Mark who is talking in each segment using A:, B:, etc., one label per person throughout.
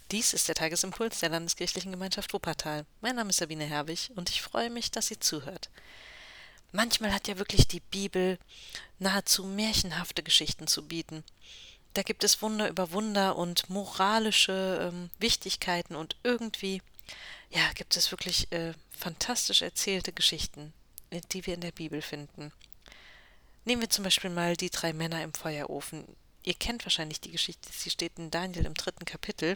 A: Dies ist der Tagesimpuls der Landeskirchlichen Gemeinschaft Wuppertal. Mein Name ist Sabine Herwig und ich freue mich, dass ihr zuhört. Manchmal hat ja wirklich die Bibel nahezu märchenhafte Geschichten zu bieten. Da gibt es Wunder über Wunder und moralische Wichtigkeiten und irgendwie, ja, gibt es wirklich fantastisch erzählte Geschichten, die wir in der Bibel finden. Nehmen wir zum Beispiel mal die 3 Männer im Feuerofen. Ihr kennt wahrscheinlich die Geschichte, sie steht in Daniel im 3. Kapitel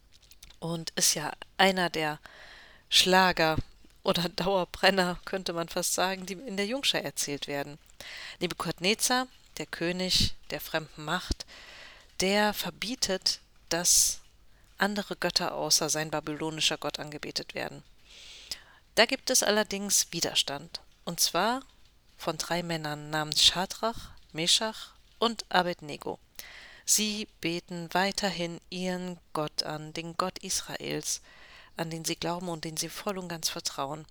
A: und ist ja einer der Schlager oder Dauerbrenner, könnte man fast sagen, die in der Jungschau erzählt werden. Nebukadnezar, der König der fremden Macht, der verbietet, dass andere Götter außer sein babylonischer Gott angebetet werden. Da gibt es allerdings Widerstand, und zwar von 3 Männern namens Schadrach, Meschach und Abednego. Sie beten weiterhin ihren Gott an, den Gott Israels, an den sie glauben und den sie voll und ganz vertrauen.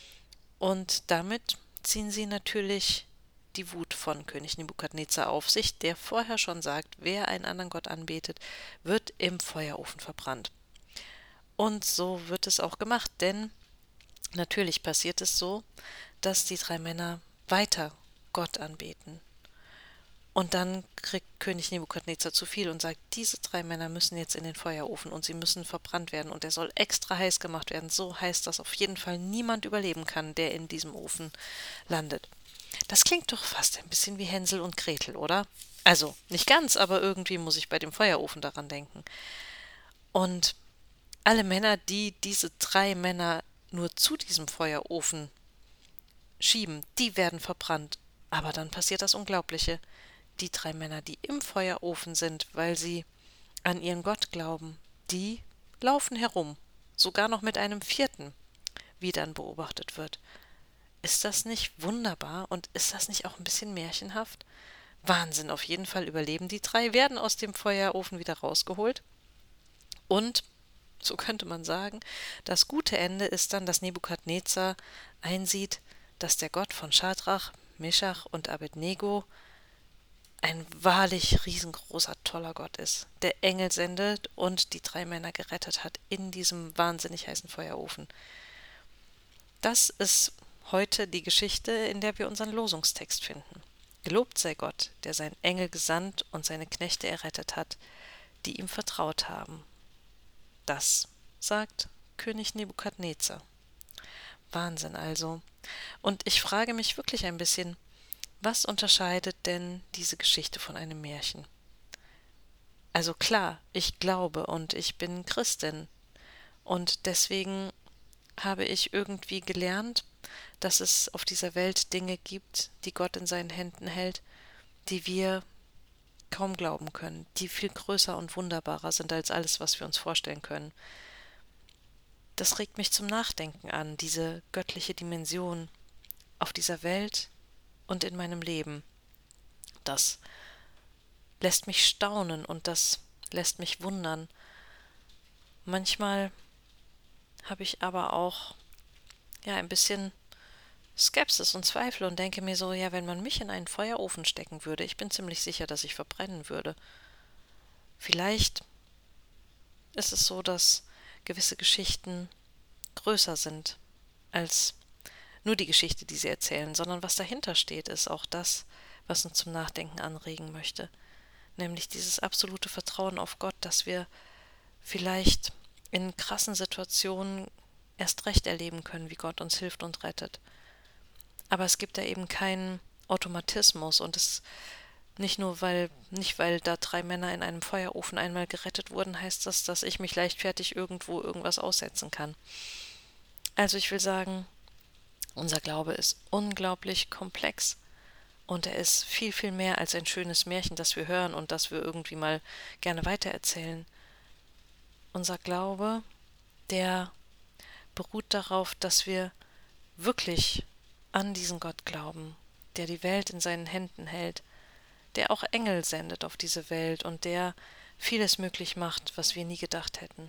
A: Und damit ziehen sie natürlich die Wut von König Nebukadnezar auf sich, der vorher schon sagt, wer einen anderen Gott anbetet, wird im Feuerofen verbrannt. Und so wird es auch gemacht, denn natürlich passiert es so, dass die 3 Männer weiter Gott anbeten. Und dann kriegt König Nebukadnezar zu viel und sagt, diese 3 Männer müssen jetzt in den Feuerofen und sie müssen verbrannt werden und er soll extra heiß gemacht werden, so heiß, dass auf jeden Fall niemand überleben kann, der in diesem Ofen landet. Das klingt doch fast ein bisschen wie Hänsel und Gretel, oder? Also, nicht ganz, aber irgendwie muss ich bei dem Feuerofen daran denken. Und alle Männer, die diese 3 Männer nur zu diesem Feuerofen schieben, die werden verbrannt. Aber dann passiert das Unglaubliche. Die 3 Männer, die im Feuerofen sind, weil sie an ihren Gott glauben, die laufen herum, sogar noch mit einem 4., wie dann beobachtet wird. Ist das nicht wunderbar und ist das nicht auch ein bisschen märchenhaft? Wahnsinn, auf jeden Fall überleben die 3, werden aus dem Feuerofen wieder rausgeholt und, so könnte man sagen, das gute Ende ist dann, dass Nebukadnezar einsieht, dass der Gott von Schadrach, Meschach und Abednego ein wahrlich riesengroßer, toller Gott ist, der Engel sendet und die 3 Männer gerettet hat in diesem wahnsinnig heißen Feuerofen. Das ist heute die Geschichte, in der wir unseren Losungstext finden. Gelobt sei Gott, der seinen Engel gesandt und seine Knechte errettet hat, die ihm vertraut haben. Das sagt König Nebukadnezar. Wahnsinn also. Und ich frage mich wirklich ein bisschen, was unterscheidet denn diese Geschichte von einem Märchen? Also klar, ich glaube und ich bin Christin und deswegen habe ich irgendwie gelernt, dass es auf dieser Welt Dinge gibt, die Gott in seinen Händen hält, die wir kaum glauben können, die viel größer und wunderbarer sind als alles, was wir uns vorstellen können. Das regt mich zum Nachdenken an, diese göttliche Dimension auf dieser Welt und in meinem Leben. Das lässt mich staunen und das lässt mich wundern. Manchmal habe ich aber auch ja ein bisschen Skepsis und Zweifel und denke mir so, ja, wenn man mich in einen Feuerofen stecken würde, ich bin ziemlich sicher, dass ich verbrennen würde. Vielleicht ist es so, dass gewisse Geschichten größer sind als nur die Geschichte, die sie erzählen, sondern was dahinter steht, ist auch das, was uns zum Nachdenken anregen möchte. Nämlich dieses absolute Vertrauen auf Gott, dass wir vielleicht in krassen Situationen erst recht erleben können, wie Gott uns hilft und rettet. Aber es gibt da eben keinen Automatismus und es nicht weil da 3 Männer in einem Feuerofen einmal gerettet wurden, heißt das, dass ich mich leichtfertig irgendwo irgendwas aussetzen kann. Also ich will sagen, unser Glaube ist unglaublich komplex und er ist viel, viel mehr als ein schönes Märchen, das wir hören und das wir irgendwie mal gerne weitererzählen. Unser Glaube, der beruht darauf, dass wir wirklich an diesen Gott glauben, der die Welt in seinen Händen hält, der auch Engel sendet auf diese Welt und der vieles möglich macht, was wir nie gedacht hätten.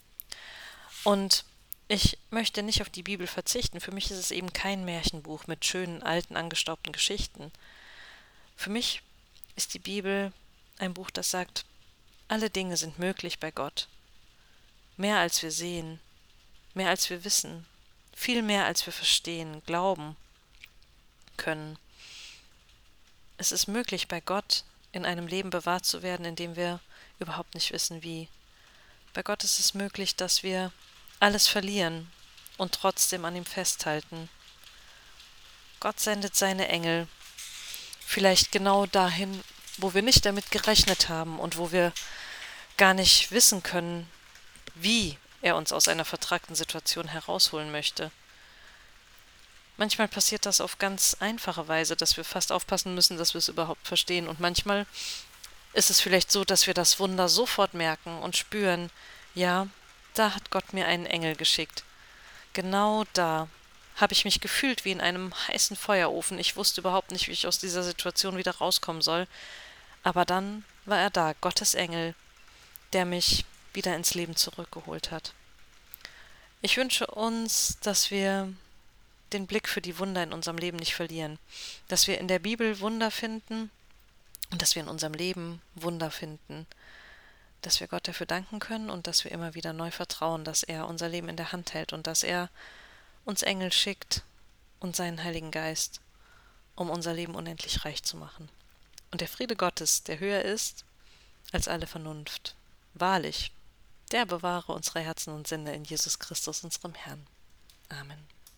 A: Und ich möchte nicht auf die Bibel verzichten. Für mich ist es eben kein Märchenbuch mit schönen, alten, angestaubten Geschichten. Für mich ist die Bibel ein Buch, das sagt, alle Dinge sind möglich bei Gott. mehr als wir sehen, mehr als wir wissen, viel mehr als wir verstehen, glauben können. Es ist möglich, bei Gott in einem Leben bewahrt zu werden, in dem wir überhaupt nicht wissen, wie. Bei Gott ist es möglich, dass wir alles verlieren und trotzdem an ihm festhalten. Gott sendet seine Engel, vielleicht genau dahin, wo wir nicht damit gerechnet haben und wo wir gar nicht wissen können, wie er uns aus einer vertrackten Situation herausholen möchte. Manchmal passiert das auf ganz einfache Weise, dass wir fast aufpassen müssen, dass wir es überhaupt verstehen. Und manchmal ist es vielleicht so, dass wir das Wunder sofort merken und spüren, ja, da hat Gott mir einen Engel geschickt. Genau da habe ich mich gefühlt wie in einem heißen Feuerofen. Ich wusste überhaupt nicht, wie ich aus dieser Situation wieder rauskommen soll. Aber dann war er da, Gottes Engel, der mich wieder ins Leben zurückgeholt hat. Ich wünsche uns, dass wir den Blick für die Wunder in unserem Leben nicht verlieren, dass wir in der Bibel Wunder finden und dass wir in unserem Leben Wunder finden, dass wir Gott dafür danken können und dass wir immer wieder neu vertrauen, dass er unser Leben in der Hand hält und dass er uns Engel schickt und seinen Heiligen Geist, um unser Leben unendlich reich zu machen. Und der Friede Gottes, der höher ist als alle Vernunft, wahrlich, der bewahre unsere Herzen und Sinne in Jesus Christus, unserem Herrn. Amen.